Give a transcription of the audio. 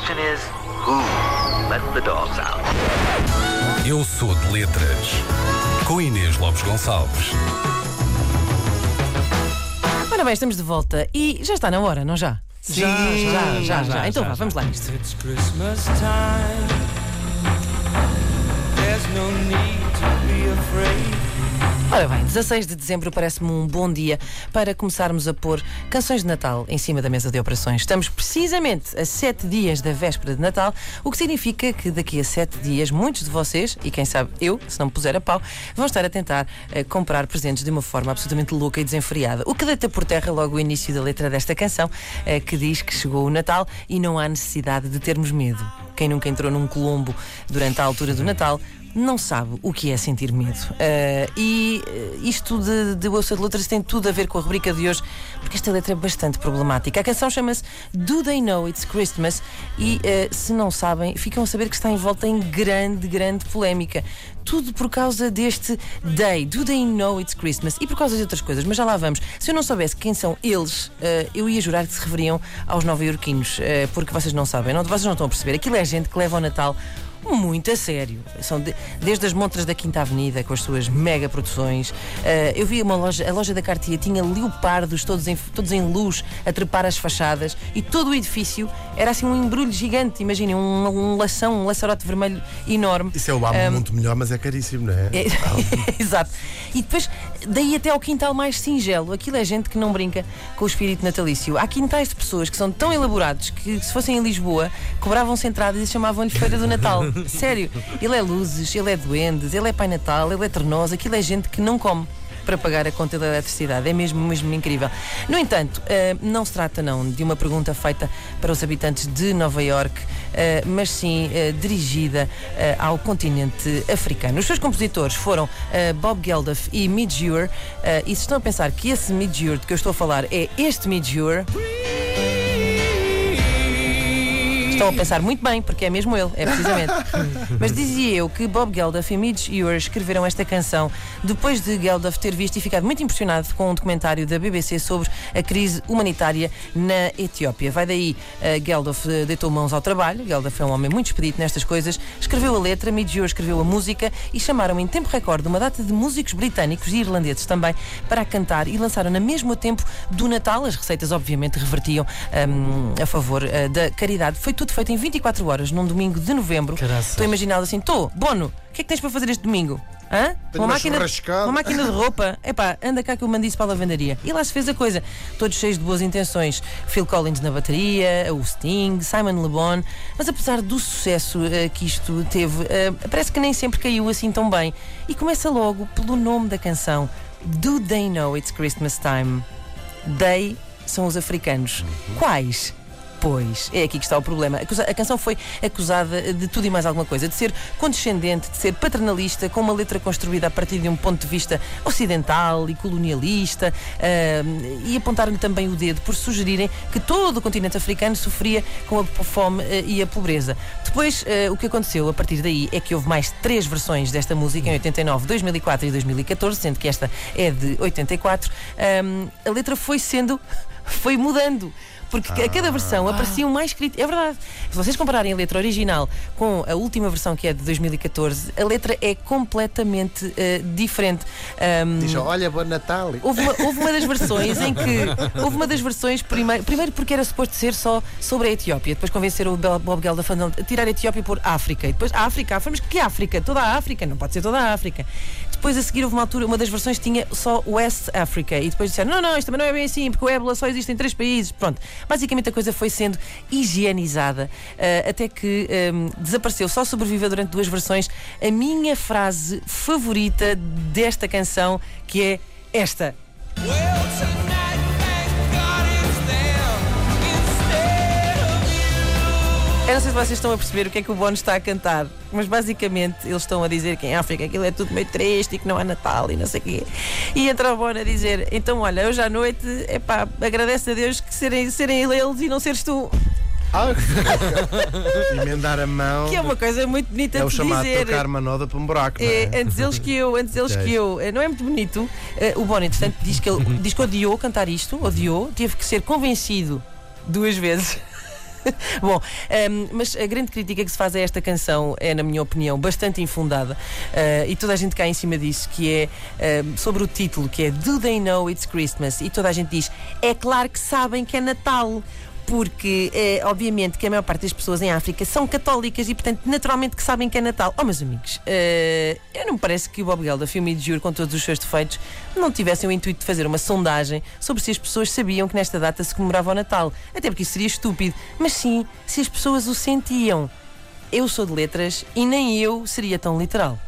question is, who let the dogs out? Eu sou de letras, com Inês Lopes Gonçalves. Ora bem, estamos de volta e já está na hora, não já? Sim, já. Então vamos lá nisto. It's Christmas time. There's no need to be afraid. Ora bem, 16 de dezembro parece-me um bom dia para começarmos a pôr canções de Natal em cima da mesa de operações. Estamos precisamente a 7 dias da véspera de Natal, o que significa que daqui a 7 dias muitos de vocês, e quem sabe eu, se não me puser a pau, vão estar a tentar comprar presentes de uma forma absolutamente louca e desenfreada. O que deita por terra logo o início da letra desta canção, que diz que chegou o Natal e não há necessidade de termos medo. Quem nunca entrou num colombo durante a altura do Natal não sabe o que é sentir medo. Isto de Ouça de Letras tem tudo a ver com a rubrica de hoje, porque esta letra é bastante problemática. A canção chama-se Do They Know It's Christmas e, se não sabem, ficam a saber que está envolta em grande polémica. Tudo por causa deste Day, Do They Know It's Christmas, e por causa de outras coisas, mas já lá vamos. Se eu não soubesse quem são eles, eu ia jurar que se referiam aos nova-iorquinos, porque vocês não sabem, vocês não estão a perceber. Aquilo é gente que leva o Natal muito a sério. São desde as montras da Quinta Avenida com as suas mega produções. Eu vi a loja da Cartier tinha leopardos todos em luz a trepar as fachadas e todo o edifício era assim um embrulho gigante. Imaginem, um laçarote vermelho enorme. Isso é o álbum muito melhor, mas é caríssimo, não é? Exato. E depois, daí até ao quintal mais singelo, aquilo é gente que não brinca com o espírito natalício. Há quintais de pessoas que são tão elaborados que, se fossem em Lisboa, cobravam-se entradas e chamavam-lhe Feira do Natal. Sério, ele é luzes, ele é duendes, ele é Pai Natal, ele é ternoso, aquilo é gente que não come para pagar a conta da eletricidade. É mesmo incrível. No entanto, não se trata de uma pergunta feita para os habitantes de Nova Iorque, mas sim dirigida ao continente africano. Os seus compositores foram Bob Geldof e Midge Ure, e se estão a pensar que esse Midge Ure de que eu estou a falar é este Midge Ure, estão a pensar muito bem, porque é mesmo ele, é precisamente. Mas dizia eu que Bob Geldof e Midge Ure escreveram esta canção depois de Geldof ter visto e ficado muito impressionado com um documentário da BBC sobre a crise humanitária na Etiópia. Vai daí, Geldof deitou mãos ao trabalho. Geldof é um homem muito expedito nestas coisas. Escreveu a letra, Midge Ure escreveu a música e chamaram em tempo recorde uma data de músicos britânicos e irlandeses também para a cantar e lançaram na mesmo tempo do Natal. As receitas obviamente revertiam a favor da caridade. Foi tudo feito em 24 horas, num domingo de novembro. Caraças. Estou a imaginá-lo assim: Bono, o que é que tens para fazer este domingo? Hã? Uma máquina de roupa? Epá, anda cá que eu mando isso para a lavandaria. E lá se fez a coisa, todos cheios de boas intenções. Phil Collins na bateria, o Sting, Simon Le Bon. Mas apesar do sucesso que isto teve, parece que nem sempre caiu assim tão bem. E começa logo pelo nome da canção: Do They Know It's Christmas Time? They são os africanos. Quais? Pois, é aqui que está o problema. A canção foi acusada de tudo e mais alguma coisa, de ser condescendente, de ser paternalista, com uma letra construída a partir de um ponto de vista ocidental e colonialista, e apontaram-lhe também o dedo por sugerirem que todo o continente africano sofria com a fome e a pobreza. Depois, o que aconteceu a partir daí é que houve mais 3 versões desta música, em 89, 2004 e 2014, sendo que esta é de 84. A letra foi mudando. Porque a cada versão apareciam mais críticas. É verdade. Se vocês compararem a letra original com a última versão, que é de 2014, a letra é completamente diferente. Diz, olha, bom Natal. Houve uma das versões em que. Houve uma das versões, primeiro porque era suposto ser só sobre a Etiópia. Depois convenceram o Bob Geldof a tirar a Etiópia por África. E depois África. Mas que África? Toda a África? Não pode ser toda a África. Depois, a seguir, houve uma altura, uma das versões tinha só West Africa. E depois disseram: não, isto também não é bem assim, porque o ébola só existe em 3 países. Pronto. Basicamente a coisa foi sendo higienizada até que desapareceu. Só sobreviveu durante 2 versões a minha frase favorita desta canção, que é esta. Eu não sei se vocês estão a perceber o que é que o Bono está a cantar, mas basicamente eles estão a dizer que em África aquilo é tudo meio triste e que não há Natal e não sei o quê. E entra o Bono a dizer: então olha, hoje à noite, agradece a Deus que serem eles e não seres tu. Emendar a mão. Que é uma coisa muito bonita de dizer. É o chamado trocar uma noda para um buraco, não é? Antes eles que eu. Não é muito bonito. O Bono, entretanto, diz que odiou cantar isto, teve que ser convencido 2 vezes Bom, mas a grande crítica que se faz a esta canção é, na minha opinião, bastante infundada, e toda a gente cai em cima disso, que é sobre o título, que é Do They Know It's Christmas? E toda a gente diz, é claro que sabem que é Natal. Porque, obviamente, que a maior parte das pessoas em África são católicas e, portanto, naturalmente que sabem que é Natal. Oh, meus amigos, eu não me parece que o Bob Geldof e o Mid Jur, com todos os seus defeitos, não tivessem o intuito de fazer uma sondagem sobre se as pessoas sabiam que nesta data se comemorava o Natal. Até porque isso seria estúpido. Mas sim, se as pessoas o sentiam. Eu sou de letras e nem eu seria tão literal.